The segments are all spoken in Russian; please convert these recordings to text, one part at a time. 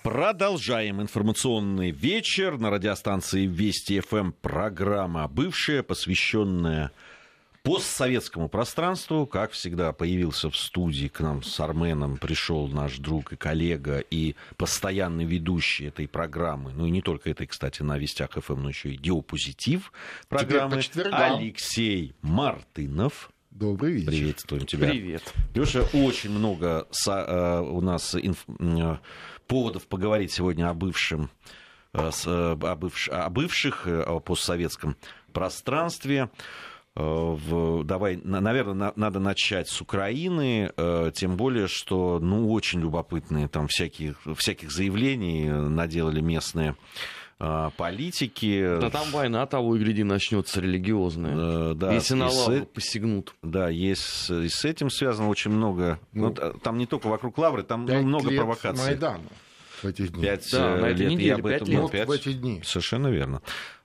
Продолжаем информационный вечер на радиостанции Вести ФМ. Программа «Бывшая», посвященная постсоветскому пространству. Как всегда, появился в студии к нам с Арменом, пришел наш друг и коллега, и постоянный ведущий этой программы, ну и не только этой, кстати, на Вестях ФМ, но еще и Диопозитив программы, Алексей Мартынов. Добрый вечер. Приветствуем тебя. Привет. Леша, очень много у нас поводов поговорить сегодня о бывших, о постсоветском пространстве. Давай, наверное, надо начать с Украины, тем более, что, очень любопытные там всяких заявлений наделали местные политики. Да там война, того и гляди, начнется религиозная. Да, если на лавру посягнут. Да, есть и с этим связано очень много. Там не только вокруг лавры, там много провокаций. Майдану в эти дни. 5 на этой лет, неделе, об этом 5 лет. 5. В эти дни. Совершенно верно.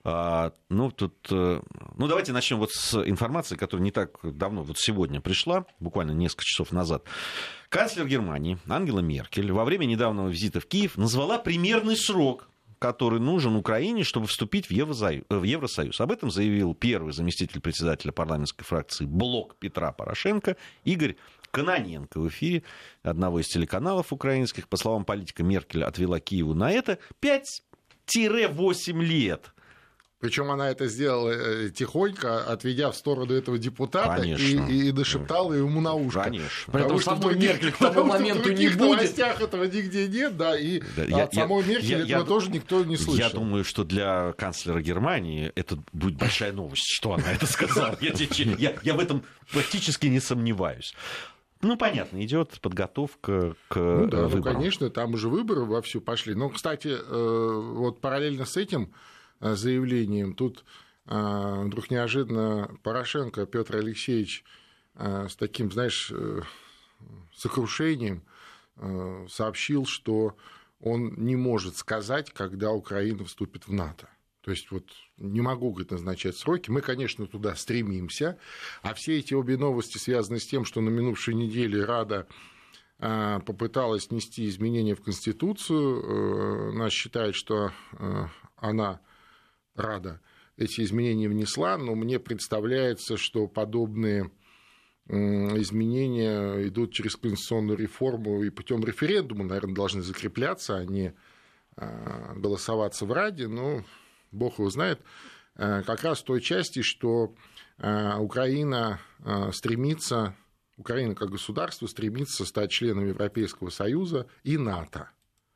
Давайте начнем вот с информации, которая не так давно, вот сегодня пришла, буквально несколько часов назад. Канцлер Германии Ангела Меркель во время недавнего визита в Киев назвала примерный срок, который нужен Украине, чтобы вступить в Евросоюз. Об этом заявил первый заместитель председателя парламентской фракции «Блок» Петра Порошенко Игорь Кононенко в эфире одного из телеканалов украинских. По словам политика, Меркель отвела Киеву на это 5-8 лет. Причем она это сделала тихонько, отведя в сторону этого депутата и дошептала ему на ушко. Конечно. Потому что самой Меркель к тому моменту не будет. В новостях этого нигде нет, да, и от самой Меркель этого тоже никто не слышал. Я думаю, что для канцлера Германии это будет большая новость, что она это сказала. Я в этом практически не сомневаюсь. Понятно, идет подготовка к выборам. Конечно, там уже выборы вовсю пошли. Но, кстати, вот параллельно с этим заявлением тут вдруг неожиданно Порошенко Петр Алексеевич с таким, знаешь, сокрушением сообщил, что он не может сказать, когда Украина вступит в НАТО. То есть вот не могу, говорит, назначать сроки. Мы, конечно, туда стремимся. А все эти обе новости связаны с тем, что на минувшей неделе Рада попыталась внести изменения в Конституцию. Нас считает, что она, Рада, эти изменения внесла, но мне представляется, что подобные изменения идут через конституционную реформу и путем референдума, наверное, должны закрепляться, а не голосоваться в Раде, но Бог его знает, как раз в той части, что Украина стремится, Украина как государство стремится стать членом Европейского Союза и НАТО.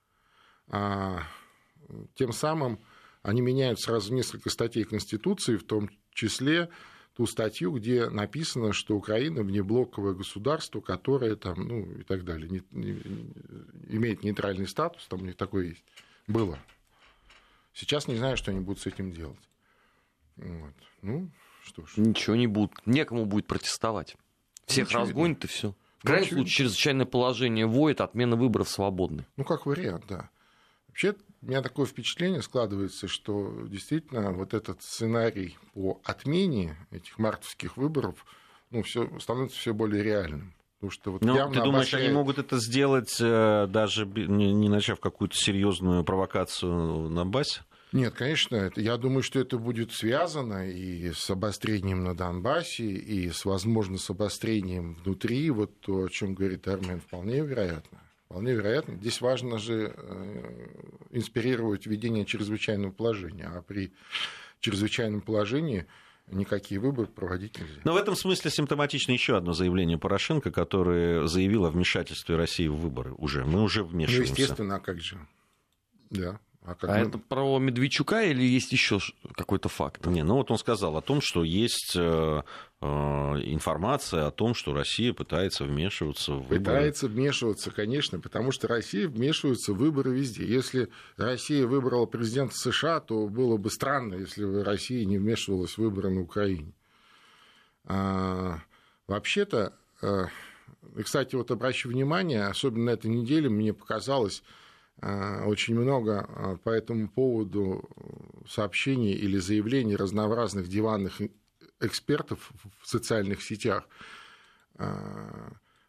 Тем самым они меняют сразу несколько статей Конституции, в том числе ту статью, где написано, что Украина внеблоковое государство, которое там, и так далее, имеет нейтральный статус, там у них такое есть, было. Сейчас не знаю, что они будут с этим делать. Вот. Что ж. Ничего не будут. Некому будет протестовать. Всех разгонят и все. В крайнем случае, чрезвычайное положение вводит, отмена выборов свободны. Как вариант, да. Вообще, у меня такое впечатление складывается, что действительно вот этот сценарий по отмене этих мартовских выборов становится все более реальным. Что ты думаешь, они могут это сделать, даже не начав какую-то серьезную провокацию на Донбассе? Нет, конечно, я думаю, что это будет связано и с обострением на Донбассе, и возможно, с обострением внутри, вот то, о чем говорит Армен, вполне вероятно. Вполне вероятно. Здесь важно же инспирировать введение чрезвычайного положения, а при чрезвычайном положении никакие выборы проводить нельзя. Но в этом смысле симптоматично еще одно заявление Порошенко, который заявил о вмешательстве России в выборы. Мы уже вмешиваемся. Естественно, а как же? Да. Это про Медведчука или есть еще какой-то факт? Он сказал о том, что есть информация о том, что Россия пытается вмешиваться в выборы. Пытается вмешиваться, конечно, потому что Россия вмешивается в выборы везде. Если Россия выбрала президента США, то было бы странно, если бы Россия не вмешивалась в выборы на Украине. Вообще-то, и, кстати, обращу внимание, особенно на этой неделе мне показалось очень много по этому поводу сообщений или заявлений разнообразных диванных экспертов в социальных сетях,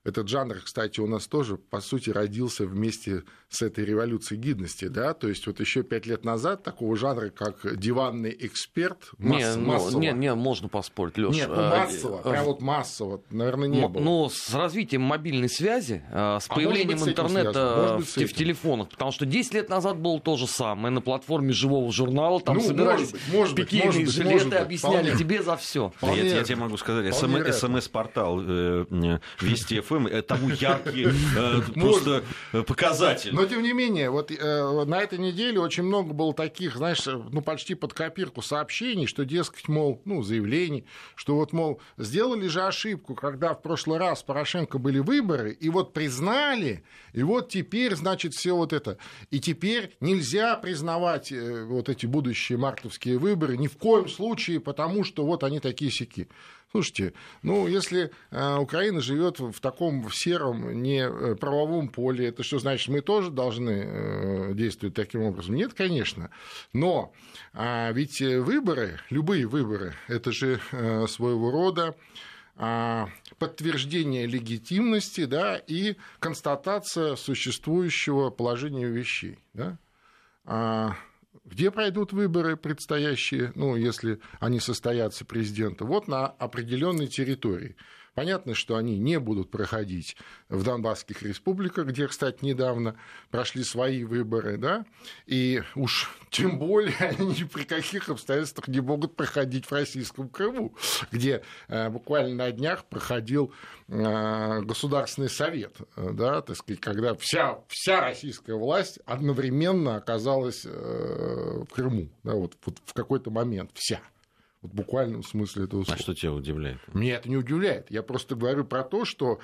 Этот жанр, кстати, у нас тоже, по сути, родился вместе с этой революцией гидности, да, то есть вот еще 5 лет назад такого жанра, как диванный эксперт, массово... Не, можно поспорить, Лёш. Нет, массово, прям вот массово, наверное, не было. Но с развитием мобильной связи, с появлением интернета в телефонах, потому что 10 лет назад было то же самое, на платформе живого журнала, там собирались пикейные жилеты, объясняли тебе за все. Я тебе могу сказать, СМС-портал Вести ФМ, тому яркий просто показатель. Но, тем не менее, вот на этой неделе очень много было таких, знаешь, почти под копирку сообщений, что, дескать, мол, заявлений, что вот, мол, сделали же ошибку, когда в прошлый раз Порошенко были выборы, и вот признали, и вот теперь, значит, все вот это. И теперь нельзя признавать вот эти будущие мартовские выборы ни в коем случае, потому что вот они такие-сяки. Слушайте, если Украина живет в таком сером, неправовом поле, это что значит, мы тоже должны действовать таким образом? Нет, конечно. Но ведь выборы, любые выборы, это же своего рода подтверждение легитимности, да, и констатация существующего положения вещей. Да? Где пройдут выборы предстоящие, если они состоятся, президента? Вот на определенной территории. Понятно, что они не будут проходить в Донбасских республиках, где, кстати, недавно прошли свои выборы, да, и уж тем более они ни при каких обстоятельствах не могут проходить в российском Крыму, где буквально на днях проходил Государственный совет, да, так сказать, когда вся российская власть одновременно оказалась в Крыму, да, вот в какой-то момент вся. Вот в буквальном смысле этого слова. А что тебя удивляет? Меня это не удивляет. Я просто говорю про то, что,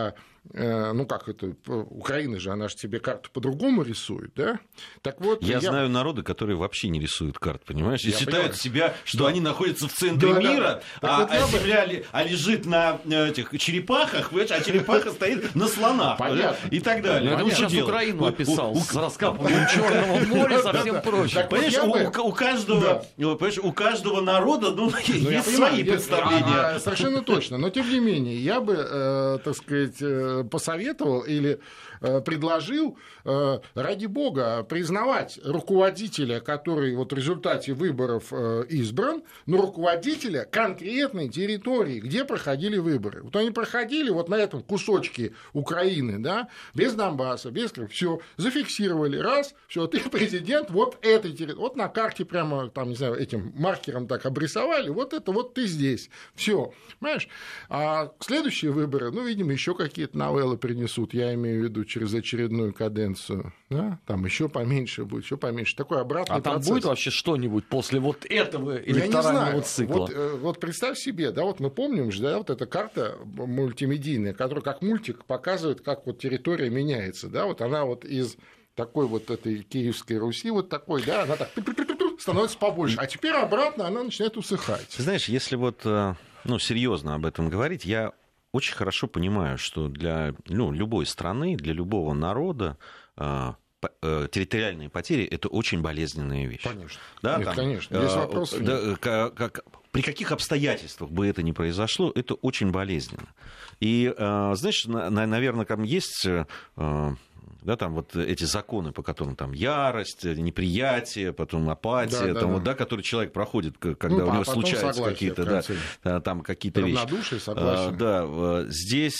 Украина же, она же тебе карту по-другому рисует, да? Так вот, я знаю народы, которые вообще не рисуют карт, понимаешь? И считают себя, что да. они находятся в центре мира, земля лежит на этих черепахах, а черепаха стоит на слонах. И так далее. Я сейчас Украину описал с раскапыванием Черного моря, совсем проще. Понимаешь, у каждого народа есть свои представления. Совершенно точно. Но, тем не менее, я бы, так сказать, посоветовал или предложил, ради бога, признавать руководителя, который вот в результате выборов избран, но руководителя конкретной территории, где проходили выборы. Вот они проходили вот на этом кусочке Украины, да, без Донбасса, без Крыма, все зафиксировали, раз, все, ты президент вот этой территории, вот на карте прямо, там, не знаю, этим маркером так обрисовали, вот это вот ты здесь, все, понимаешь? А следующие выборы, видимо, еще какие-то новеллы принесут, я имею в виду через очередную каденцию, да? Там еще поменьше будет, еще поменьше. Такой обратный процесс. А там будет вообще что-нибудь после вот этого электорального цикла? Вот представь себе, да, вот мы помним же, да, вот эта карта мультимедийная, которая как мультик показывает, как вот территория меняется, да, вот она вот из такой вот этой Киевской Руси, вот такой, да, она так становится побольше, а теперь обратно она начинает усыхать. Ты знаешь, если вот, серьезно об этом говорить, я очень хорошо понимаю, что для любой страны, для любого народа территориальные потери – это очень болезненная вещь. Конечно. Да, нет, конечно. Здесь вопросов нет. При каких обстоятельствах бы это ни произошло, это очень болезненно. И, знаешь, наверное, там есть... Да, там вот эти законы, по которым там ярость, неприятие, потом апатия, который человек проходит, когда у него случаются какие-то, там какие-то вещи. Равнодушие, согласие.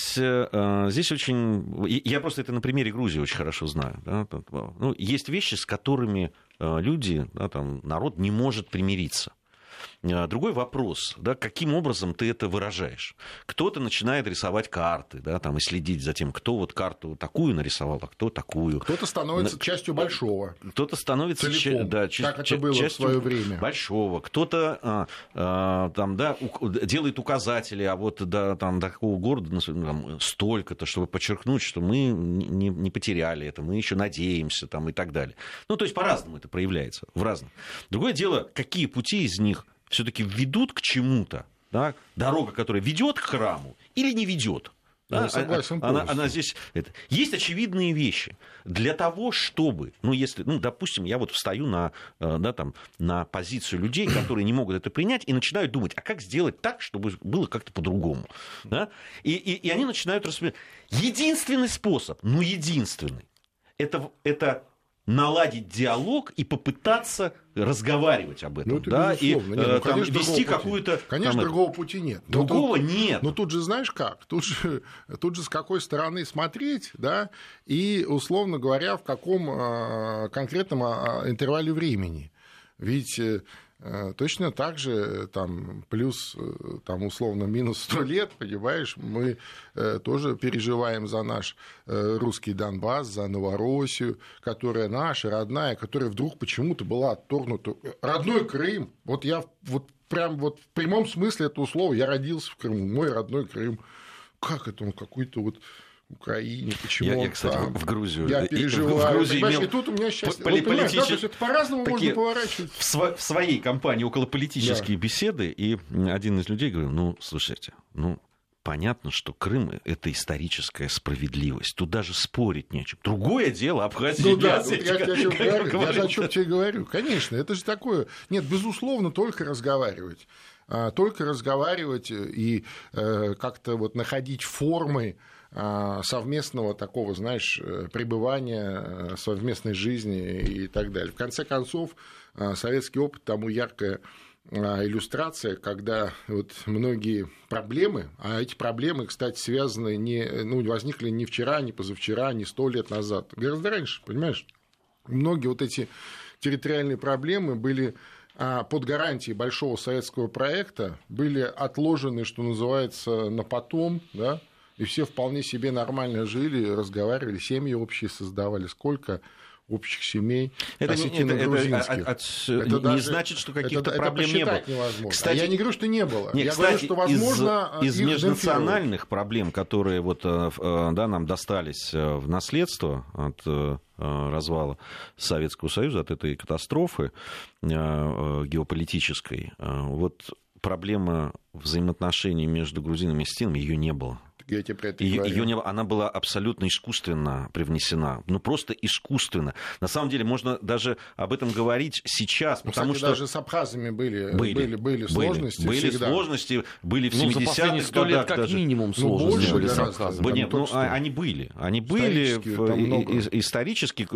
Здесь очень... Я просто это на примере Грузии очень хорошо знаю. Да? Есть вещи, с которыми люди, народ не может примириться. Другой вопрос, да, каким образом ты это выражаешь. Кто-то начинает рисовать карты, да, и следить за тем, кто вот карту такую нарисовал, а кто такую. Кто-то становится частью большого. Кто-то становится как это было в свое время. Большого. Кто-то делает указатели, а вот до такого города столько-то, чтобы подчеркнуть, что мы не потеряли это, мы еще надеемся и так далее. То есть по-разному это проявляется, в разном. Другое дело, какие пути из них все-таки ведут к чему-то, да? Дорога, которая ведет к храму или не ведет. Согласен полностью. Она здесь... Есть очевидные вещи. Для того, чтобы... если, допустим, я вот встаю на позицию людей, которые не могут это принять, и начинают думать, а как сделать так, чтобы было как-то по-другому. Да? И они начинают рассуждать. Единственный способ, единственный, это наладить диалог и попытаться разговаривать об этом, и вести какую-то... Конечно, другого пути нет. Другого нет. Но тут же, знаешь как, тут же с какой стороны смотреть, да, и, условно говоря, в каком конкретном интервале времени. Ведь... Точно так же, плюс, условно, минус 100 лет, понимаешь, мы тоже переживаем за наш русский Донбасс, за Новороссию, которая наша, родная, которая вдруг почему-то была отторгнута. Родной Крым, я прям в прямом смысле этого слова, я родился в Крыму, мой родной Крым. Как это он какой-то Украине, почему я, кстати, в Грузию. Я переживаю. В Грузии имел и тут у меня сейчас... это по-разному можно поворачивать. В своей компании околополитические беседы, и один из людей говорил, слушайте, понятно, что Крым — это историческая справедливость. Тут даже спорить не о чем. Другое дело Абхазия. Я же о чем тебе говорю. Конечно, это же такое... Нет, безусловно, только разговаривать. Только разговаривать и как-то находить формы совместного такого, знаешь, пребывания, совместной жизни и так далее. В конце концов, советский опыт тому яркая иллюстрация, когда многие проблемы, а эти проблемы, кстати, связаны возникли не вчера, не позавчера, не 100 лет назад, гораздо раньше, понимаешь? Многие эти территориальные проблемы были под гарантией большого советского проекта, были отложены, что называется, на потом, да, и все вполне себе нормально жили, разговаривали, семьи общие создавали. Сколько общих семей осетино грузинских. Это не значит, что каких-то проблем не было. Невозможно. Кстати, я не говорю, что не было. Я говорю, что, возможно, из межнациональных проблем, которые нам достались в наследство от развала Советского Союза, от этой катастрофы геополитической, проблема взаимоотношений между грузинами и осетинами, ее не было. Я тебе про это говорю. Она была абсолютно искусственно привнесена. Просто искусственно. На самом деле, можно даже об этом говорить сейчас. Потому что даже с абхазами были сложности. Были сложности, были в 70-х годах. За последние 100 лет как минимум сложности были с абхазами. Нет, они были. Они были исторически.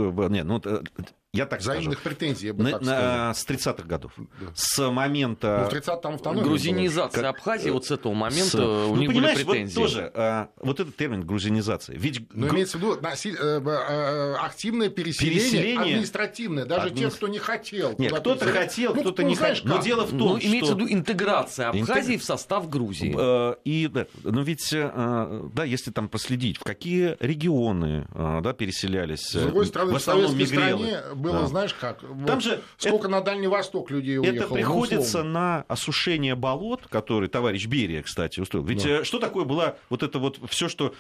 Я так взаимных скажу. Претензий, я бы так сказал. С 30-х годов. Да. С момента... в 30-м автономия грузинизация Абхазии, с этого момента у них были претензии. Тоже, этот термин грузинизация. Имеется в виду активное переселение административное, даже тех, кто не хотел. Нет, кто-то хотел, кто-то не хотел. Но дело в том, что... Имеется в виду интеграция Абхазии в состав Грузии. Но ведь, если там проследить, в какие регионы переселялись... С другой стороны, в советской стране было, знаешь как, сколько на Дальний Восток людей уехало. Это приходится на осушение болот, которые товарищ Берия, кстати, устроил. Ведь что такое была все, что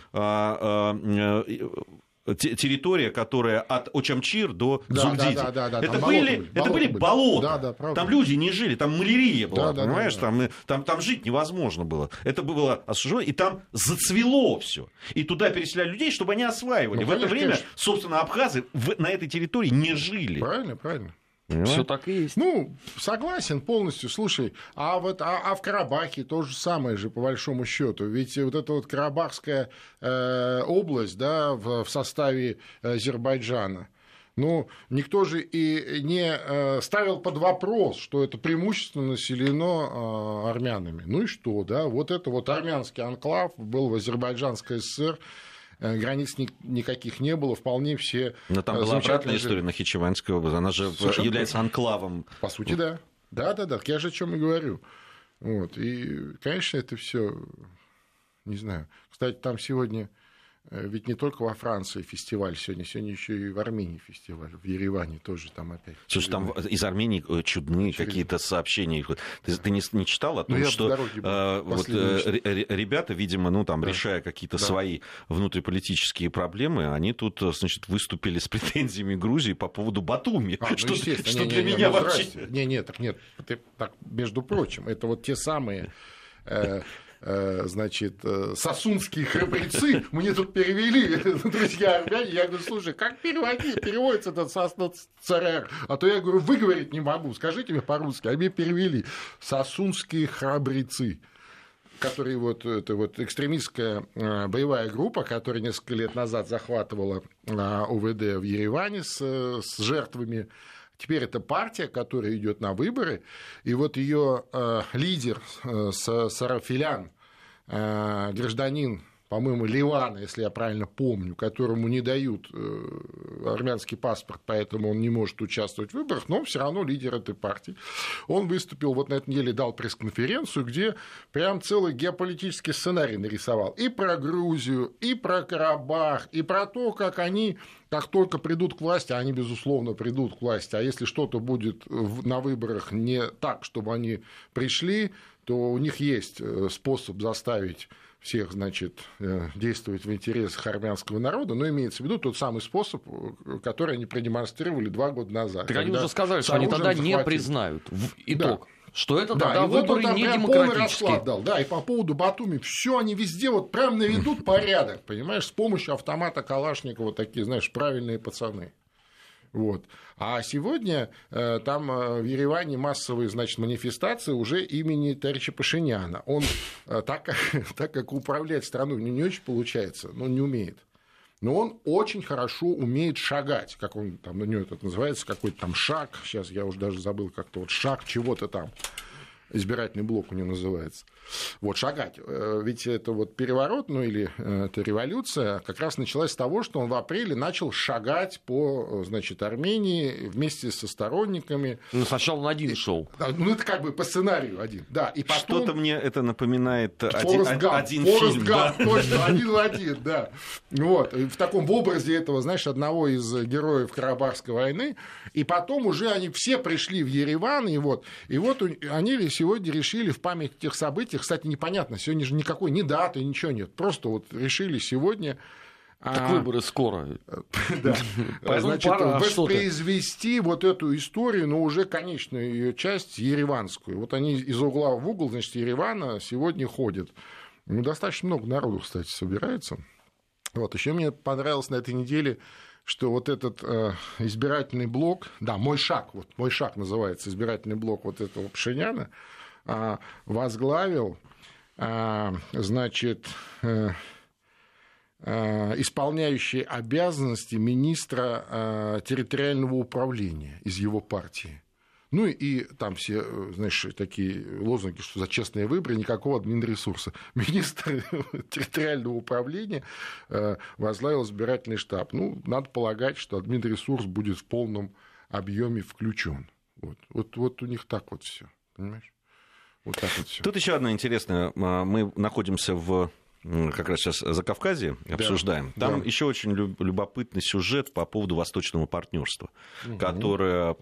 территория, которая от Очамчир до Зугдиди. Это были болота. Там люди не жили, там малярия была, понимаешь? Там жить невозможно было. Это было осуждено, и там зацвело все. И туда переселяли людей, чтобы они осваивали. В это время, собственно, абхазы на этой территории не жили. Правильно. Все так и есть. Согласен полностью. Слушай, а в Карабахе то же самое же, по большому счету. Ведь эта Карабахская область, в составе Азербайджана, никто же и не ставил под вопрос, что это преимущественно населено армянами. И что, да? Это армянский анклав был в Азербайджанской ССР. Границ никаких не было, вполне все... Но там была обратная история, Нахичеванская область, она же является анклавом. По сути, да. Да, я же о чем и говорю. И, конечно, это все, не знаю. Кстати, там сегодня, ведь не только во Франции фестиваль сегодня еще и в Армении фестиваль, в Ереване тоже там опять. Слушай, там из Армении чудные какие-то сообщения. Ты не читал о том, что ребята, видимо, решая какие-то свои внутриполитические проблемы, они тут, выступили с претензиями Грузии по поводу Батуми. Что для меня вообще... Нет, между прочим, это те самые... значит, сосунские храбрецы, мне тут перевели, друзья армяне, я говорю, слушай, как переводится этот Сосна ЦРР? А то я говорю, выговорить не могу, скажите мне по-русски, а мне перевели. Сосунские храбрецы, которые вот, это вот экстремистская боевая группа, которая несколько лет назад захватывала ОВД в Ереване с жертвами. Теперь это партия, которая идет на выборы, и вот ее лидер Сарафилян, гражданин, по-моему, Ливана, если я правильно помню, которому не дают армянский паспорт, поэтому он не может участвовать в выборах, но он все равно лидер этой партии. Он выступил вот на этой неделе, дал пресс-конференцию, где прям целый геополитический сценарий нарисовал и про Грузию, и про Карабах, и про то, как они, как только придут к власти, они, безусловно, придут к власти, а если что-то будет на выборах не так, чтобы они пришли, то у них есть способ заставить всех, значит, действовать в интересах армянского народа, но имеется в виду тот самый способ, который они продемонстрировали 2 года назад. Так они уже сказали, что они тогда не признают итог. Да. Что это тогда выборы не демократические. Да, и по поводу Батуми, все они везде вот прям наведут порядок, понимаешь, с помощью автомата Калашникова, такие, знаешь, правильные пацаны. Вот. А сегодня там в Ереване массовые, значит, манифестации уже имени товарища Пашиняна. Он, так как управлять страной не очень получается, но он не умеет. Но он очень хорошо умеет шагать, как он там, у него это называется, какой-то там шаг, сейчас я уже даже забыл как-то, вот шаг чего-то там. Избирательный блок у него называется. Вот, шагать. Ведь это вот переворот, ну или это революция, как раз началась с того, что он в апреле начал шагать по, значит, Армении вместе со сторонниками. Ну, сначала он один шел. Ну, это как бы по сценарию один. Да, и потом... Что-то мне это напоминает один Форест фильм. Гамп, да? Точно, 1 в 1, да. Вот, в таком в образе этого, знаешь, одного из героев Карабахской войны. И потом уже они все пришли в Ереван, и вот они сегодня решили в память тех событий, кстати, непонятно, сегодня же никакой ни даты, ничего нет, просто вот решили сегодня... Так выборы скоро. Да. Значит, воспроизвести вот эту историю, но уже конечную ее часть, ереванскую. Вот они из угла в угол, значит, Еревана сегодня ходят. Ну, достаточно много народу, кстати, собирается. Вот, еще мне понравилось на этой неделе, что вот этот избирательный блок, да, «Мой шаг», вот «Мой шаг» называется, избирательный блок вот этого Пашиняна, возглавил, значит, исполняющий обязанности министра территориального управления из его партии. Ну и там все, знаешь, такие лозунги, что за честные выборы никакого админресурса. Министр территориального управления возглавил избирательный штаб. Ну, надо полагать, что админресурс будет в полном объеме включен. Вот у них так вот все, понимаешь? Вот так вот всё. Тут еще одна интересная. Мы находимся как раз сейчас Закавказье обсуждаем. Там еще очень любопытный сюжет по поводу Восточного партнерства, которое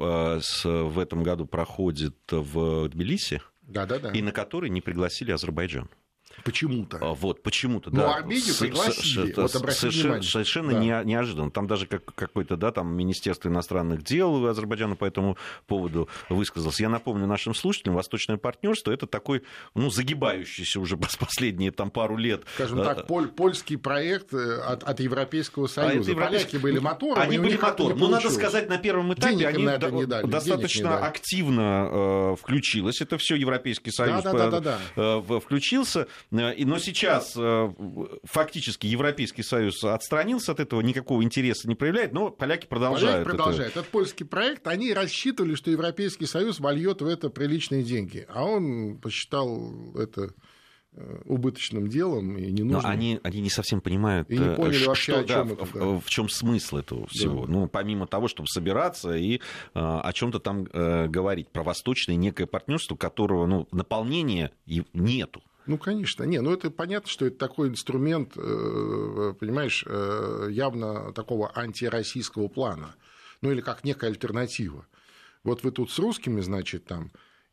в этом году проходит в Тбилиси, и на который не пригласили Азербайджан. Почему-то. Вот, почему-то, да. Но Армению пригласили. Вот совершенно неожиданно. Там даже какое-то, да, там Министерство иностранных дел Азербайджана по этому поводу высказалось. Я напомню нашим слушателям, Восточное партнерство — это такой, ну, загибающийся уже последние там пару лет. Скажем так, польский проект от Европейского Союза. Поляки были мотором. Они были мотором. Но, надо сказать, на первом этапе они достаточно активно включилось. Это все Европейский Союз включился. Но сейчас фактически Европейский Союз отстранился от этого, никакого интереса не проявляет, но поляки продолжают. Этот польский проект, они рассчитывали, что Европейский Союз вольет в это приличные деньги, а он посчитал это убыточным делом и ненужным. Но они не совсем понимают, и не поняли вообще, о чем это, в чем смысл этого всего. Да. Ну, помимо того, чтобы собираться и о чем-то там говорить, про восточное некое партнерство, которого наполнения нету. Ну, конечно. Это понятно, что это такой инструмент, понимаешь, явно такого антироссийского плана. Ну, или как некая альтернатива. Вот вы тут с русскими, значит, там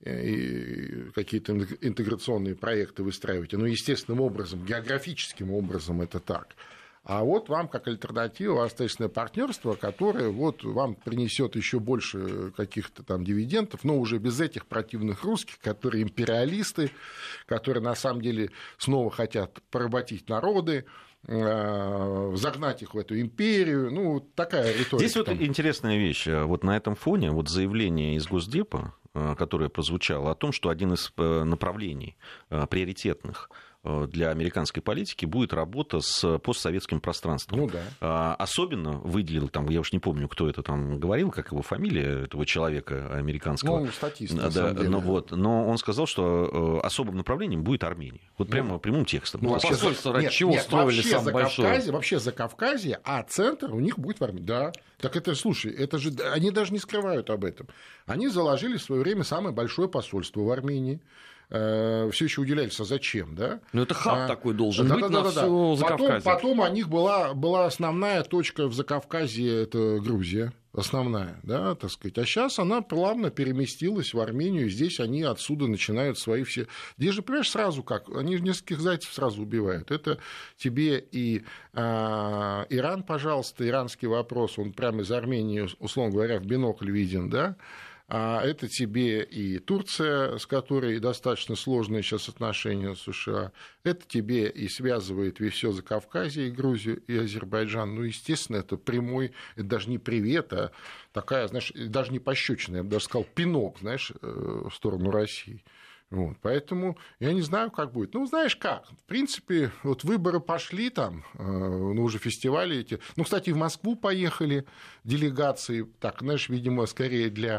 какие-то интеграционные проекты выстраиваете, естественным образом, географическим образом это так. А вот вам как альтернатива восточное партнерство, которое вот вам принесет еще больше каких-то там дивидендов, но уже без этих противных русских, которые империалисты, которые на самом деле снова хотят поработить народы, загнать их в эту империю. Ну, такая риторика. Здесь вот интересная вещь. Вот на этом фоне вот заявление из Госдепа, которое прозвучало о том, что один из направлений приоритетных для американской политики будет работа с постсоветским пространством. Ну, да. Особенно выделил, там, я уж не помню, кто это там говорил, как его фамилия, этого человека американского. Ну, статист, на да, самом деле. Но он сказал, что особым направлением будет Армения. Вот прямо прямым текстом. Ну, посольство ради чего строили самое большое? Вообще Закавказье, а центр у них будет в Армении. Да. Так это, слушай, это же они даже не скрывают об этом. Они заложили в свое время самое большое посольство в Армении. Все еще удивлялись, а зачем, да? Ну, это хаб такой должен быть на всю Закавказье. Потом у них была основная точка в Закавказье, это Грузия, основная, да, так сказать. А сейчас она плавно переместилась в Армению, и здесь они отсюда начинают свои все... Здесь же, понимаешь, сразу как, они нескольких зайцев сразу убивают. Это тебе и Иран, пожалуйста, иранский вопрос, он прямо из Армении, условно говоря, в бинокль виден, да? А это тебе и Турция, с которой достаточно сложные сейчас отношения с США. Это тебе и связывает весь все Закавказье, и Грузию, и Азербайджан. Ну, естественно, это прямой, это даже не привет, а такая, знаешь, даже не пощечина, я бы даже сказал, пинок, знаешь, в сторону России. Вот, поэтому я не знаю, как будет. Ну, знаешь как, в принципе, вот выборы пошли там, ну, уже фестивали эти. Ну, кстати, в Москву поехали делегации, так, знаешь, видимо, скорее для...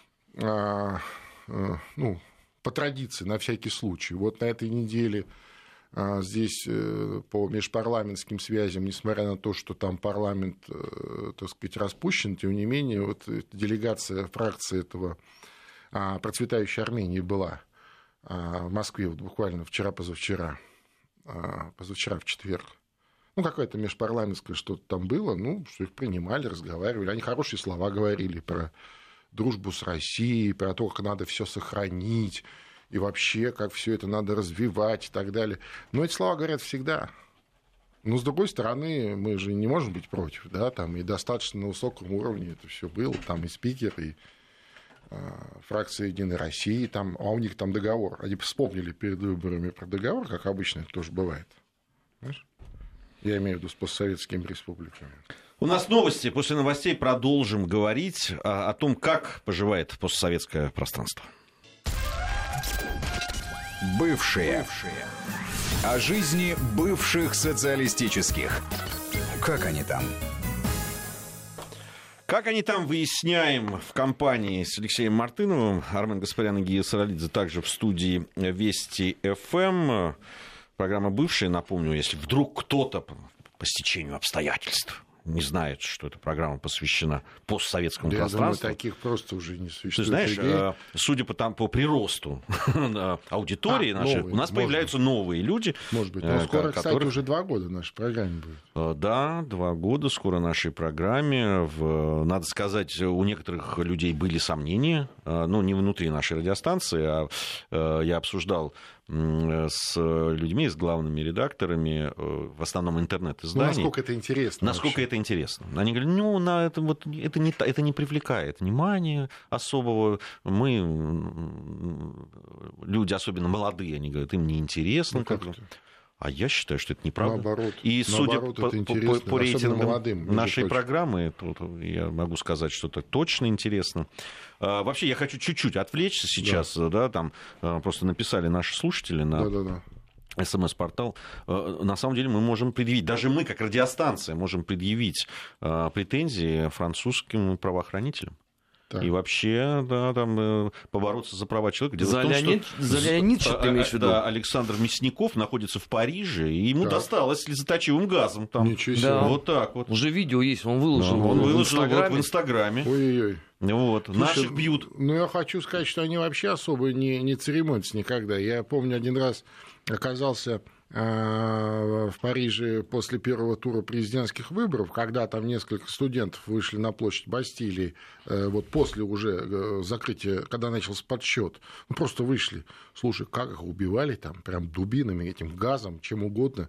ну, по традиции, на всякий случай. Вот на этой неделе здесь по межпарламентским связям, несмотря на то, что там парламент, так сказать, распущен, тем не менее, вот делегация фракции этого процветающей Армении была в Москве вот буквально позавчера, в четверг. Ну, какое-то межпарламентское что-то там было, ну, что их принимали, разговаривали. Они хорошие слова говорили про дружбу с Россией, про то, как надо все сохранить, и вообще, как все это надо развивать и так далее. Но эти слова говорят всегда. Но, с другой стороны, мы же не можем быть против, да, там и достаточно на высоком уровне это все было, там и спикер, и фракция «Единой России», там, а у них там договор. Они вспомнили перед выборами про договор, как обычно это тоже бывает. Знаешь? Я имею в виду с постсоветскими республиками. У нас новости. После новостей продолжим говорить о том, как поживает постсоветское пространство. Бывшие. О жизни бывших социалистических. Как они там? Как они там, выясняем в компании с Алексеем Мартыновым. Армен Гаспарян и Гия Саралидзе также в студии Вести ФМ. Программа «Бывшие», напомню, если вдруг кто-то по стечению обстоятельств не знает, что эта программа посвящена постсоветскому пространству. Я думаю, таких просто уже не существует. Ты знаешь, судя по приросту аудитории нашей, у нас появляются новые люди. Может быть. Но скоро, кстати, уже 2 года нашей программе будет. Да, 2 года скоро нашей программе. Надо сказать, у некоторых людей были сомнения, ну, не внутри нашей радиостанции, а я обсуждал с людьми, с главными редакторами, в основном интернет-изданий. Ну, насколько это интересно? Насколько это интересно. Они говорят, ну, это не привлекает внимания особого. Мы, люди, особенно молодые, они говорят, им неинтересно. Ну, а я считаю, что это неправда. Наоборот, и судя по рейтингам молодым, нашей программы, тут я могу сказать, что это точно интересно. Вообще, я хочу чуть-чуть отвлечься сейчас. Да, там просто написали наши слушатели на СМС-портал. На самом деле мы можем предъявить, даже мы, как радиостанция, можем предъявить претензии французским правоохранителям. Так. И вообще, да, там побороться за права человека. За Леонидовича ты имеешь в виду? Да, Александр Мясников находится в Париже, и ему досталось слезоточивым газом. Там. Ничего себе. Да. Вот так вот. Уже видео есть, он выложил. Он выложил в Инстаграме. Ой-ой-ой. Вот. Слушай, наших бьют. Ну, я хочу сказать, что они вообще особо не церемонятся никогда. Я помню, один раз оказался в Париже после первого тура президентских выборов, когда там несколько студентов вышли на площадь Бастилии, вот после уже закрытия, когда начался подсчет, ну, просто вышли. Слушай, как их убивали там, прям дубинами, этим газом, чем угодно.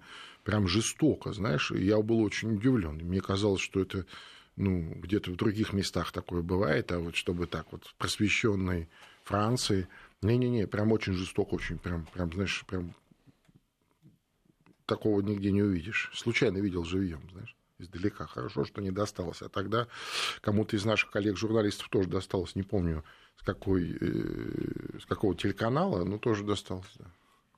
прям жестоко, знаешь, и я был очень удивлен. Мне казалось, что это, ну, где-то в других местах такое бывает, а вот чтобы так вот в просвещенной Франции, не-не-не, прям очень жестоко, очень прям, знаешь, прям такого нигде не увидишь. Случайно видел живьем, знаешь, издалека. Хорошо, что не досталось. А тогда кому-то из наших коллег-журналистов тоже досталось, не помню, с какого телеканала, но тоже досталось, да.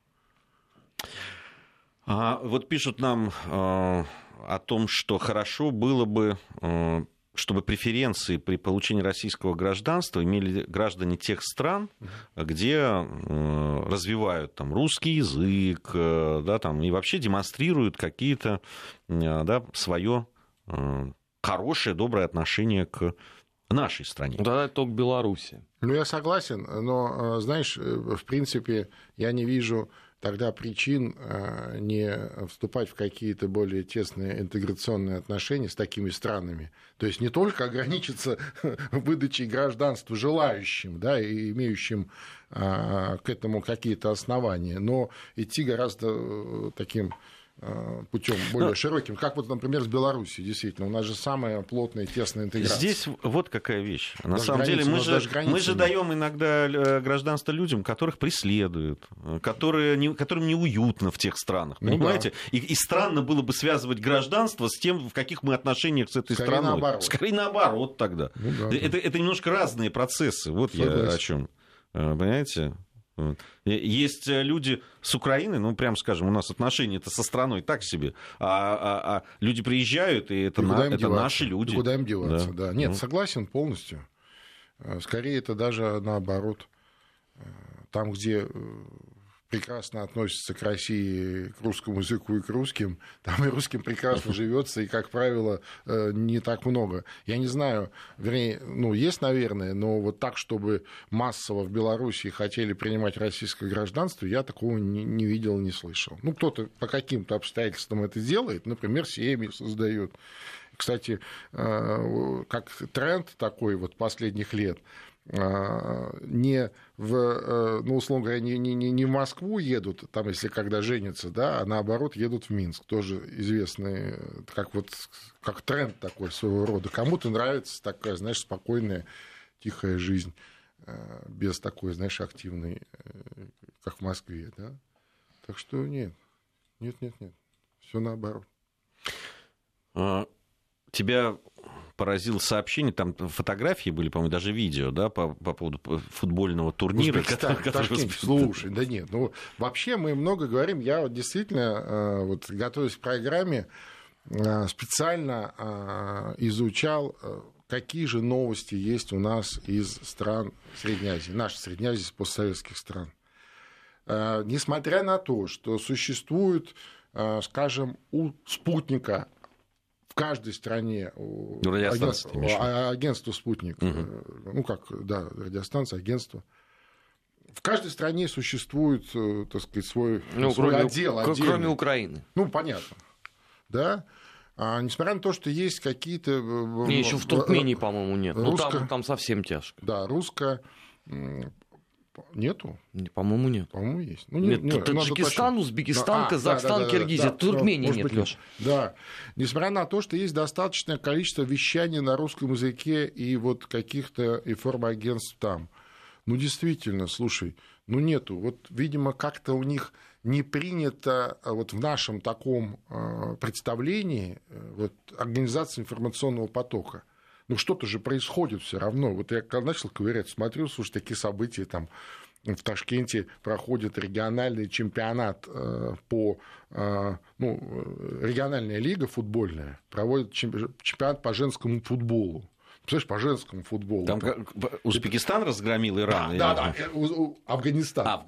Вот пишут нам о том, что хорошо было бы, чтобы преференции при получении российского гражданства имели граждане тех стран, где развивают там русский язык, да, там, и вообще демонстрируют какие-то, да, свое хорошее, доброе отношение к нашей стране. Да, это только Беларуси. Ну, я согласен, но, знаешь, в принципе, я не вижу тогда причин не вступать в какие-то более тесные интеграционные отношения с такими странами. То есть не только ограничиться выдачей гражданства желающим, да, и имеющим к этому какие-то основания, но идти гораздо таким путем более широким, как вот, например, с Белоруссией, действительно, у нас же самая плотная, тесная интеграция. Здесь вот какая вещь. На самом деле мы же даем иногда гражданство людям, которых преследуют, которым неуютно в тех странах, понимаете? Да. И странно было бы связывать гражданство с тем, в каких мы отношениях с этой страной. Наоборот. Скорее наоборот тогда. Ну, да, это немножко разные процессы. Вот согласен. Я о чем. Понимаете? Есть люди с Украины, ну, прям скажем, у нас отношения-то со страной так себе, а люди приезжают, и это наши люди. И куда им деваться, да. Нет, согласен полностью. Скорее, это даже наоборот. Там, где прекрасно относятся к России, к русскому языку и к русским, там и русским прекрасно живется, и, как правило, не так много. Я не знаю, вернее, ну, есть, наверное, но вот так, чтобы массово в Беларуси хотели принимать российское гражданство, я такого не видел, не слышал. Ну, кто-то по каким-то обстоятельствам это делает, например, семьи создает. Кстати, как тренд такой вот последних лет, не в, ну, условно говоря, не в Москву едут, там, если когда женятся, да, а наоборот едут в Минск. Тоже известный, как тренд такой своего рода. Кому-то нравится такая, знаешь, спокойная, тихая жизнь, без такой, знаешь, активной, как в Москве, да. Так что нет. Все наоборот. Тебя поразило сообщение, там фотографии были, по-моему, даже видео, да, по поводу футбольного турнира. Слушай, да нет, ну вообще мы много говорим, я вот действительно, вот готовясь к программе, специально изучал, какие же новости есть у нас из стран Средней Азии, нашей Средней Азии, из постсоветских стран. Несмотря на то, что существует, скажем, у спутника в каждой стране агентство «Спутник», ну как, да, радиостанция, агентство. В каждой стране существует, так сказать, свой отдел. Кроме Украины. Ну, понятно. Да? Несмотря на то, что есть какие-то... Еще в Туркмении, по-моему, нет. Ну, там совсем тяжко. Да, русско... Нету? По-моему, нет. По-моему, есть. Ну, нет, Таджикистан, Узбекистан, Казахстан, Киргизия. Туркмении нет, Лёш. Да. Несмотря на то, что есть достаточное количество вещания на русском языке и вот каких-то информагентств там. Ну, действительно, слушай, ну, нету. Вот, видимо, как-то у них не принято вот в нашем таком представлении вот, организация информационного потока. Ну, что-то же происходит все равно. Вот я когда начал ковырять, смотрю, слушай, такие события там в Ташкенте проходит региональный чемпионат региональная лига футбольная проводит чемпионат по женскому футболу. Представляешь, по женскому футболу. Там Узбекистан разгромил Иран? Да, Афганистан.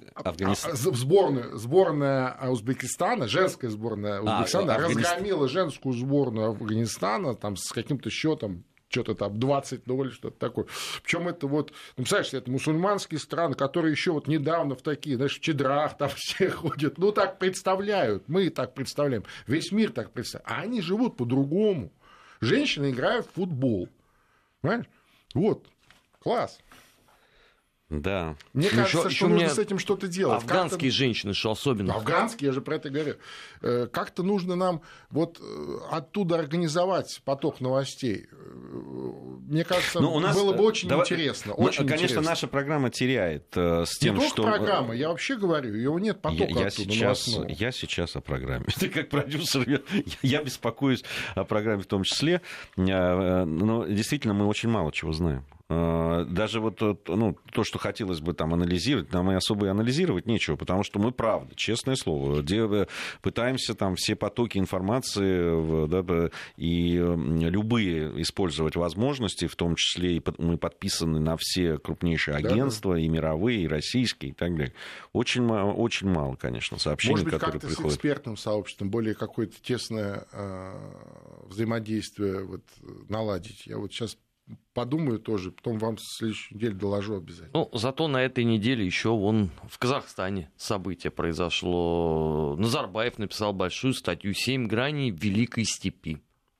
Сборная Узбекистана, женская сборная Узбекистана разгромила женскую сборную Афганистана там, с каким-то счетом. Что-то там 20-0, что-то такое. Причем это вот, ну, представляешь, это мусульманские страны, которые еще вот недавно в такие, знаешь, в чедрах там все ходят. Ну, так представляют, мы так представляем. Весь мир так представляет. А они живут по-другому. Женщины играют в футбол. Понимаешь? Вот. Класс. Да. Мне кажется, что нужно с этим что-то делать. Афганские женщины, что особенно. Афганские, я же про это говорю. Как-то нужно нам вот оттуда организовать поток новостей. Мне кажется, было бы очень интересно. Очень конечно, интересно. наша программа теряет с тем, не что... Не только программа, я вообще говорю, его нет потока я оттуда сейчас, я сейчас о программе. Ты как продюсер, я беспокоюсь о программе в том числе. Но действительно, мы очень мало чего знаем. Даже вот то, что хотелось бы там анализировать, нам и особо и анализировать нечего, потому что мы, правда, честное слово, пытаемся там все потоки информации, да, и любые использовать возможности, в том числе и мы подписаны на все крупнейшие агентства, и мировые, и российские, и так далее. Очень мало, конечно, сообщений, может быть, которые как-то приходят. С экспертным сообществом более какое-то тесное взаимодействие наладить. Я вот сейчас подумаю тоже, потом вам в следующей неделе доложу обязательно. Ну, зато на этой неделе еще вон в Казахстане событие произошло. Назарбаев написал большую статью «7 граней Великой степи».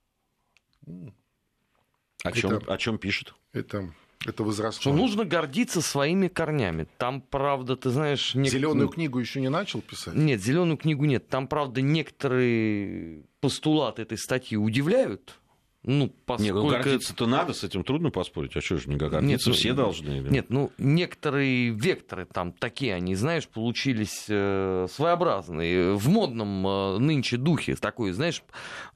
О чем пишет? Это возросло. Что нужно гордиться своими корнями. Там, правда, ты знаешь... Зеленую книгу еще не начал писать? Нет, зеленую книгу нет. Там, правда, некоторые постулаты этой статьи удивляют. Поскольку... гордиться-то надо, с этим трудно поспорить. А что же не гордиться? Все должны. Да? Нет, некоторые векторы там такие, они, знаешь, получились своеобразные. В модном нынче духе такой, знаешь...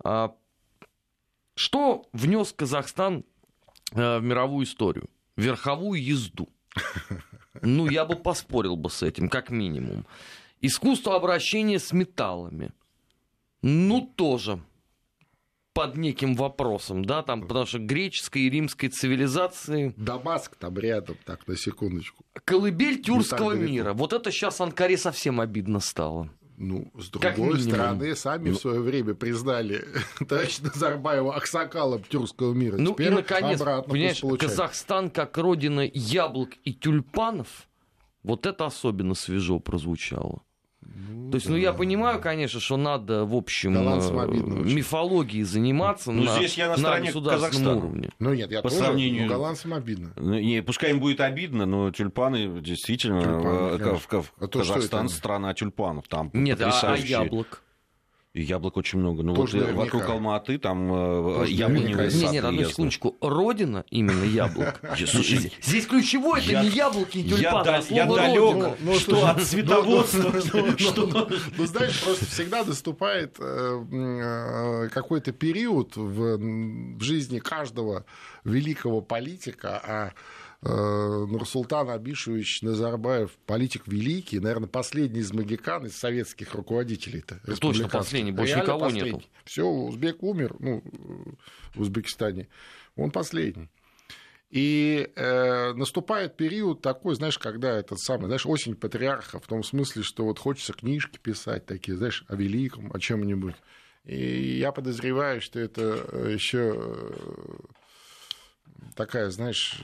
Что внес Казахстан в мировую историю? Верховую езду. Я бы поспорил бы с этим, как минимум. Искусство обращения с металлами. Тоже... под неким вопросом, да, там, потому что греческой и римской цивилизации... Дамаск там рядом, так, на секундочку. Колыбель тюркского мира. Вот это сейчас Анкаре совсем обидно стало. С другой стороны, сами в свое время признали товарища Назарбаева аксакалом тюркского мира. Теперь и, наконец, понимаешь, Казахстан как родина яблок и тюльпанов, вот это особенно свежо прозвучало. То есть, я понимаю, конечно, что надо, в общем, мифологией заниматься здесь я на государственном уровне. Нет, я по тоже, сравнению... голландцам обидно. Пускай им будет обидно, но тюльпаны действительно... Казахстан страна тюльпанов. Там нет, а яблок? И яблок очень много. Вокруг Алматы там яблоневые сады. Нет, одну секундочку. Родина именно яблок. Здесь ключевое это не яблоки и тюльпаны, а слово родина. Что от цветоводства? Знаешь, просто всегда наступает какой-то период в жизни каждого великого политика, Нурсултан Абишевич Назарбаев, политик великий, наверное, последний из магикан, из советских руководителей-то. Точно последний, больше никого нету. Все, узбек умер, в Узбекистане, он последний. И наступает период такой, знаешь, когда осень патриарха, в том смысле, что вот хочется книжки писать такие, знаешь, о великом, о чем-нибудь. И я подозреваю, что это еще такая, знаешь,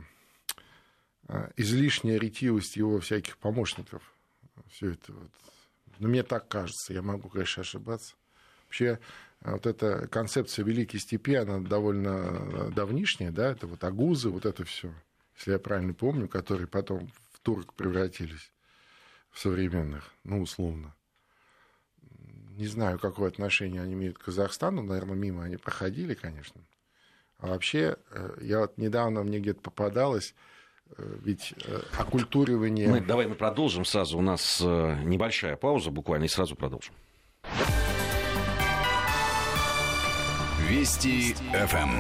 излишняя ретивость его всяких помощников. Все это вот. Мне так кажется, я могу, конечно, ошибаться. Вообще, вот эта концепция Великой степи, она довольно давнишняя, да, это вот агузы, вот это все, если я правильно помню, которые потом в турок превратились, в современных, условно. Не знаю, какое отношение они имеют к Казахстану, наверное, мимо они проходили, конечно. А вообще, я вот недавно мне где-то попадалось, ведь оккультуривание... Давай мы продолжим сразу. У нас небольшая пауза буквально, и сразу продолжим. Вести ФМ.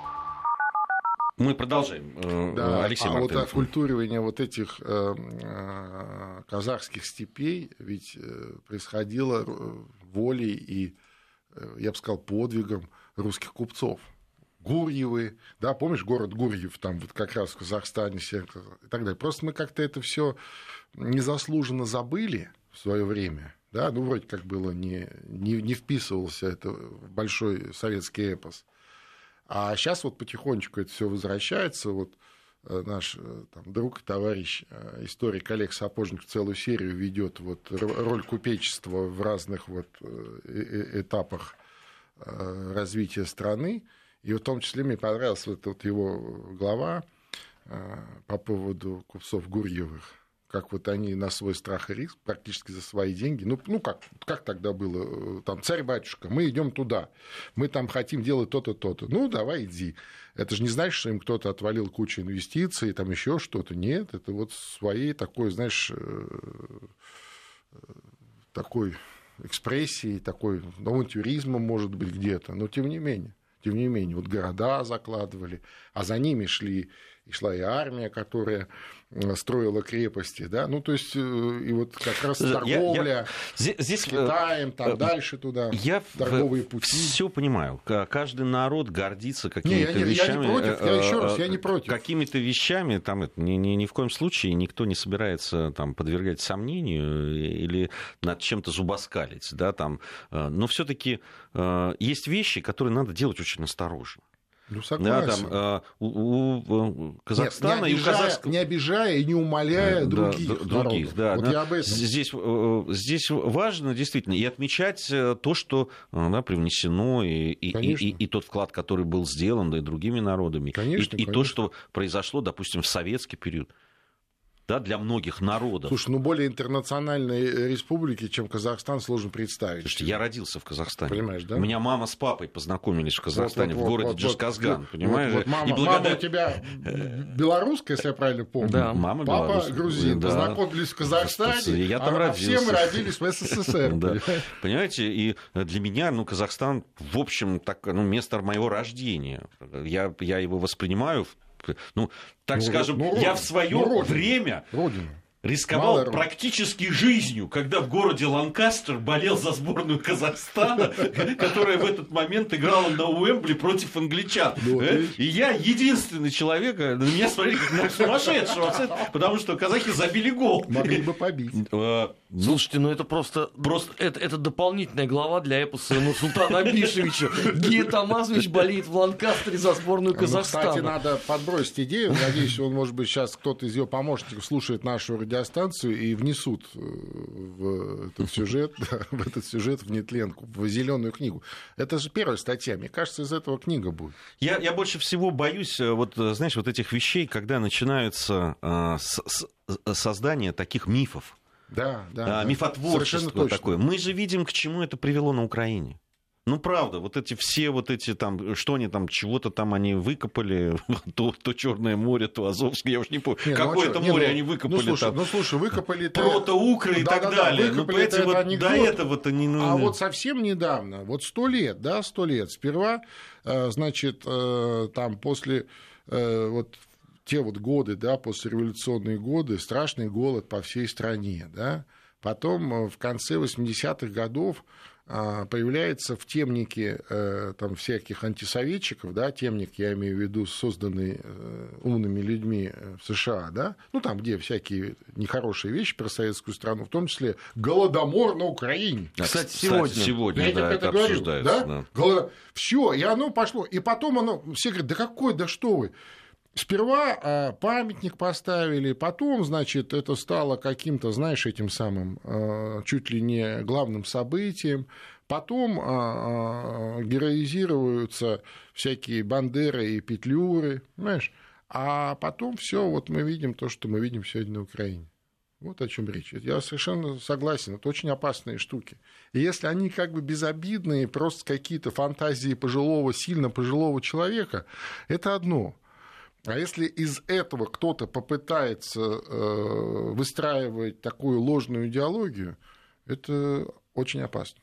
Мы продолжаем. Да, Алексей Мартынов. Вот оккультуривание вот этих казахских степей ведь происходило волей и, я бы сказал, подвигом русских купцов. Гурьевы, да, помнишь город Гурьев, там вот как раз в Казахстане и так далее. Просто мы как-то это все незаслуженно забыли в свое время, да, вроде как было не вписывался это в большой советский эпос. А сейчас вот потихонечку это все возвращается, вот наш друг и товарищ, историк Олег Сапожник целую серию ведет вот роль купечества в разных вот этапах развития страны. И в том числе мне понравилась вот его глава по поводу купцов Гурьевых. Как вот они на свой страх и риск, практически за свои деньги. Ну как тогда было? Там, царь-батюшка, мы идем туда, мы там хотим делать то-то, то-то. Ну, давай, иди. Это же не значит, что им кто-то отвалил кучу инвестиций, там еще что-то. Нет, это вот своей такой, знаешь, такой экспрессией, такой авантюризмом, может быть, где-то. Но тем не менее, вот города закладывали, а за ними шла и армия, которая строила крепости, да, ну, то есть, и вот как раз торговля здесь, с Китаем, там дальше туда, торговые пути. Я все понимаю, каждый народ гордится какими-то вещами. Я не против. Какими-то вещами, там, ни в коем случае никто не собирается там подвергать сомнению или над чем-то зубоскалить, да, там, но все-таки есть вещи, которые надо делать очень осторожно. Ну, согласен. Да, там, у Казахстана не обижая и не умаляя других народов. Да, вот да. Я об этом. Здесь важно действительно и отмечать то, что привнесено, и тот вклад, который был сделан, да, и другими народами, конечно. То, что произошло, допустим, в советский период. Да, для многих народов. Слушай, более интернациональной республики, чем Казахстан, сложно представить. Слушайте, я родился в Казахстане. Понимаешь, да? У меня мама с папой познакомились в Казахстане, в городе Джасказган. Понимаешь? Мама у тебя белорусская, если я правильно помню. Да, мама Папа грузин. Да. Познакомились в Казахстане, я там родился. Все мы родились в СССР. Да. Понимаете, и для меня Казахстан, в общем, место моего рождения. Я его воспринимаю, скажем, я в свое время рисковал практически жизнью, когда в городе Ланкастер болел за сборную Казахстана, которая в этот момент играла на Уэмбли против англичан. И я единственный человек, на меня смотрели как на сумасшедшего, потому что казахи забили гол. Могли бы побить. Слушайте, это просто это дополнительная глава для эпоса Нурсултана Абишевича. Гия Тамазович болеет в Ланкастере за сборную Казахстана. Кстати, надо подбросить идею. Надеюсь, может быть, сейчас кто-то из ее помощников слушает нашу радиостанцию и внесут в этот сюжет, в нетленку, в зеленую книгу. Это же первая статья. Мне кажется, из этого книга будет. Я больше всего боюсь, этих вещей, когда начинаются создание таких мифов. Да. Мифотворчество такое. Мы же видим, к чему это привело на Украине. Правда, что они там, чего-то там они выкопали, то Черное море, то Азовское, я уж не помню, какое-то море они выкопали. Слушай, выкопали... Протоукры и так далее. До этого-то не... А вот совсем недавно, 100 лет, сперва, там после... те годы, послереволюционные годы, страшный голод по всей стране, да. Потом в конце 80-х годов появляется в темнике там всяких антисоветчиков, да, темник, я имею в виду, созданный умными людьми в США, да, там, где всякие нехорошие вещи про советскую страну, в том числе голодомор на Украине. Кстати, сегодня это обсуждается. Да? Все, и оно пошло. И потом все говорят, да что вы. Сперва памятник поставили, потом, это стало каким-то, этим самым, чуть ли не главным событием, потом героизируются всякие Бандеры и Петлюры, понимаешь, а потом все, мы видим то, что мы видим сегодня на Украине. Вот о чем речь. Я совершенно согласен, это очень опасные штуки. И если они безобидные, просто какие-то фантазии сильно пожилого человека, это одно. А если из этого кто-то попытается выстраивать такую ложную идеологию, это очень опасно.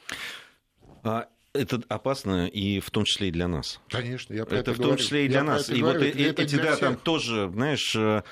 Это опасно и в том числе и для нас. Конечно, я про это в том числе и для нас. И там тоже, знаешь,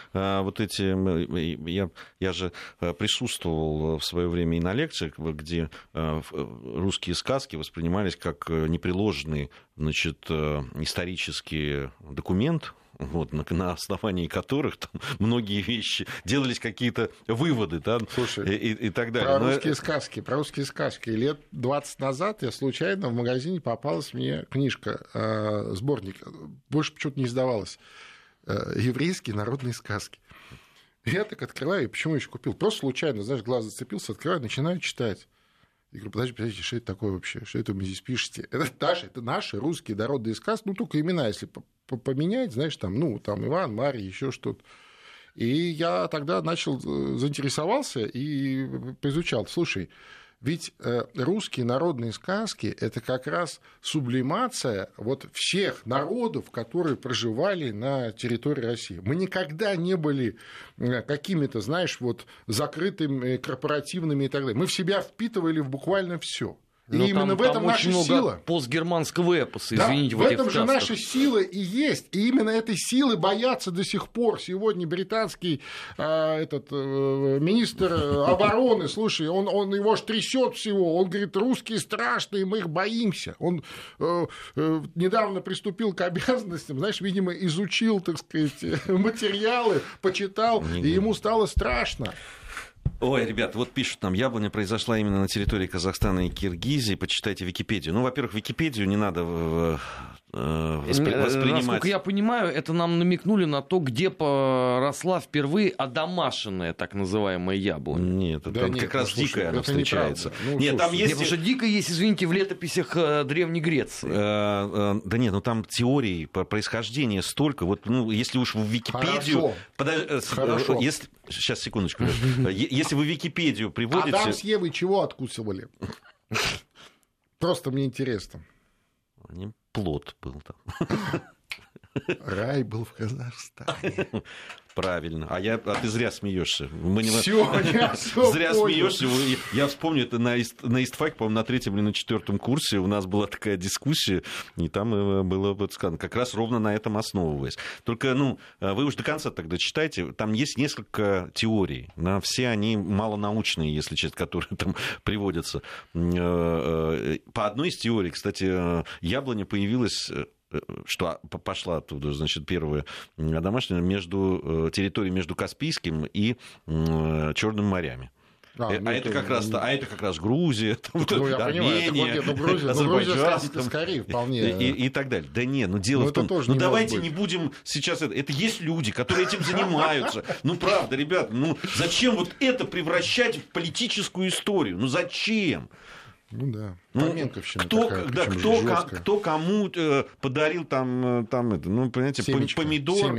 я же присутствовал в свое время и на лекциях, где русские сказки воспринимались как непреложный, исторический документ, на основании которых там многие вещи делались какие-то выводы, да, и так далее. Про русские сказки. Лет 20 назад я случайно в магазине попалась мне книжка, сборник, больше почему-то не издавалась, еврейские народные сказки. Я так открываю, и почему еще купил? Просто случайно, глаз зацепился, открываю, начинаю читать. Я говорю, подождите, что это такое вообще? Что это вы здесь пишете? Это наши русские народные сказки, ну, только имена, если поменять, знаешь, там Иван, Марья, еще что-то. И я тогда заинтересовался и поизучал. Слушай, ведь русские народные сказки – это как раз сублимация вот всех народов, которые проживали на территории России. Мы никогда не были какими-то, знаешь, вот закрытыми, корпоративными и так далее. Мы в себя впитывали буквально все. И именно в этом наша сила. Постгерманского эпоса, извините, в этом же наша сила и есть. И именно этой силы боятся до сих пор. Сегодня британский министр обороны, слушай, он его ж трясет всего. Он говорит, русские страшные, мы их боимся. Он недавно приступил к обязанностям, знаешь, видимо, изучил, так сказать, материалы, почитал, и ему стало страшно. Ой, ребят, вот пишут нам, яблоня произошла именно на территории Казахстана и Киргизии. Почитайте Википедию. Ну, во-первых, Википедию не надо воспринимать. Насколько я понимаю, это нам намекнули на то, где поросла впервые одомашенная так называемая яблоня. Нет, там как раз дикая она встречается. Нет, там есть... Потому что дикая есть, извините, в летописях Древней Греции. Да нет, там теорий по происхождению столько. Вот, если уж в Википедию... Хорошо. Сейчас, секундочку. Если вы Википедию приводите... Адам с Евой чего откусывали? Просто мне интересно. Плод был там. Рай был в Казахстане. Правильно. А ты зря смеешься. Зря смеешься. Я вспомню, это на ИСТФАКе, по-моему, на 3-м или на 4-м курсе у нас была такая дискуссия, и там было сказано, как раз ровно на этом основываясь. Только, вы уж до конца тогда читайте, там есть несколько теорий, все они малонаучные, если честно, которые там приводятся. По одной из теорий, кстати, яблоня появилась... что пошла оттуда, значит, первая домашняя территория между Каспийским и Черным морями. Это как раз Грузия, Армения, Азербайджан, скорее вполне. И так далее. Да не, дело в том, давайте не будем сейчас... Это есть люди, которые этим занимаются. Правда, ребят, зачем вот это превращать в политическую историю? Зачем? Фоменковщина кто кому подарил понимаете, помидор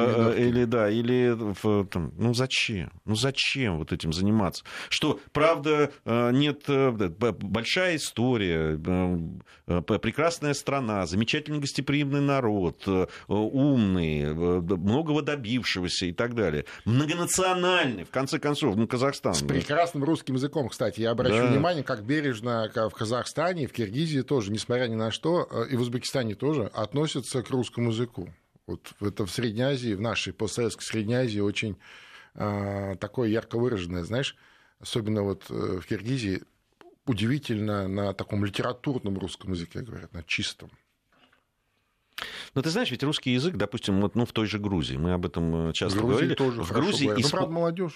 или зачем? Зачем вот этим заниматься? Что, правда, нет, большая история, прекрасная страна, замечательный гостеприимный народ, умный, многого добившегося и так далее. Многонациональный, в конце концов, Казахстан. С прекрасным русским языком, кстати, я обращу внимание, как бережно в Казахстане, в Киргизии тоже, несмотря ни на что, и в Узбекистане тоже, относятся к русскому языку. Вот это в Средней Азии, в нашей постсоветской Средней Азии очень такое ярко выраженное, знаешь, особенно вот в Киргизии, удивительно на таком литературном русском языке говорят, на чистом. Но ты знаешь, ведь русский язык, допустим, в той же Грузии, мы об этом часто говорили. В Грузии тоже правда, молодежь.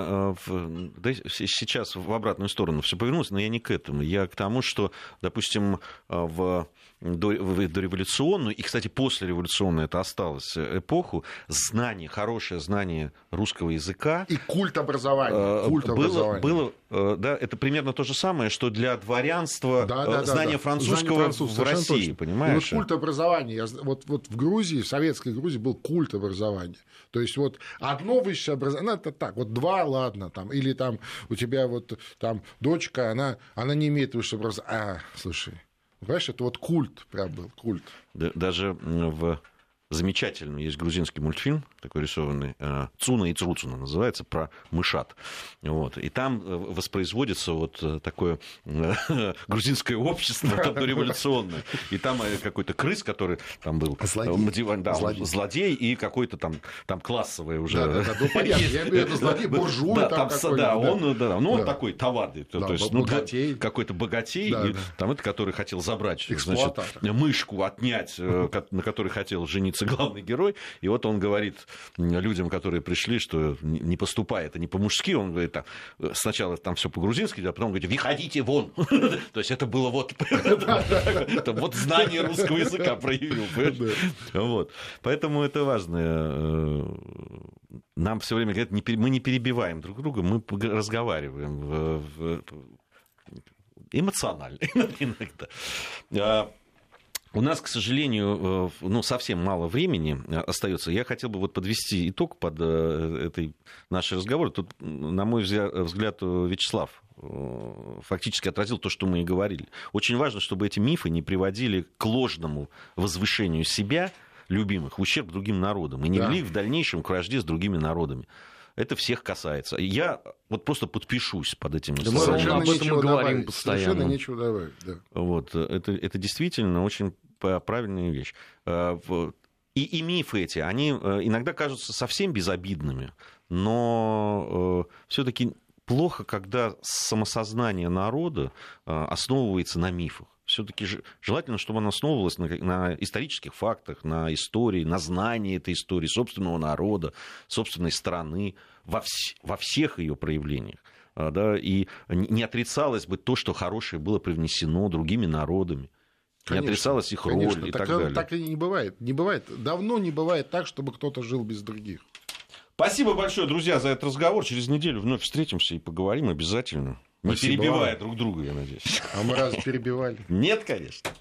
Сейчас в обратную сторону все повернулось, но я не к этому. Я к тому, что, допустим, в дореволюционную, и, кстати, послереволюционную это осталось эпоху, хорошее знание русского языка... И культ образования. Было, это примерно то же самое, что для дворянства знание французского в России, точно. Понимаешь? И вот культ образования. Вот в Грузии, в советской Грузии был культ образования. То есть вот одно высшее образование, это так, вот два, ладно, или у тебя дочка, она не имеет высшего образования. Слушай, понимаешь, это вот культ прям был, культ. Даже замечательный есть грузинский мультфильм, такой рисованный, «Цуна и Цруцуна» называется, про мышат. И там воспроизводится такое грузинское общество революционное. И там какой-то крыс, который там был злодей, и какой-то там классовый уже... понятно, я имею в виду злодей, буржуй там какой-то. Он такой товарный, то есть какой-то богатей, который хотел забрать, значит, мышку, отнять, на которой хотел жениться главный герой, и вот он говорит людям, которые пришли, что не поступай, это не по-мужски, он говорит, сначала там все по-грузински, а потом говорит, выходите вон. То есть это было знание русского языка проявил. Поэтому это важно. Нам все время говорят, мы не перебиваем друг друга, мы разговариваем. эмоционально иногда. У нас, к сожалению, совсем мало времени остается. Я хотел бы подвести итог под этой нашей разговору. Тут, на мой взгляд, Вячеслав фактически отразил то, что мы и говорили. Очень важно, чтобы эти мифы не приводили к ложному возвышению себя, любимых, в ущерб другим народам, и не вели в дальнейшем к вражде с другими народами. Это всех касается. Я просто подпишусь под этим. Да, мы об этом и говорим постоянно. Совершенно нечего добавить. Да. Это действительно очень правильная вещь. И мифы эти, они иногда кажутся совсем безобидными, но все-таки плохо, когда самосознание народа основывается на мифах. Все-таки желательно, чтобы она основывалась на исторических фактах, на истории, на знании этой истории, собственного народа, собственной страны, во всех ее проявлениях. Да, и не отрицалось бы то, что хорошее было привнесено другими народами. Конечно, не отрицалась их роль и так далее. Так и не бывает. Давно не бывает так, чтобы кто-то жил без других. Спасибо большое, друзья, за этот разговор. Через неделю вновь встретимся и поговорим обязательно. Не перебивая друг друга, я надеюсь. А мы раз перебивали? Нет, конечно.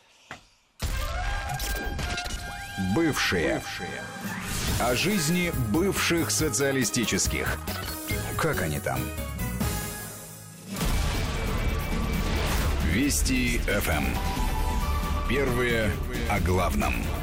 Бывшие. О жизни бывших социалистических. Как они там? Вести ФМ. Первые о главном.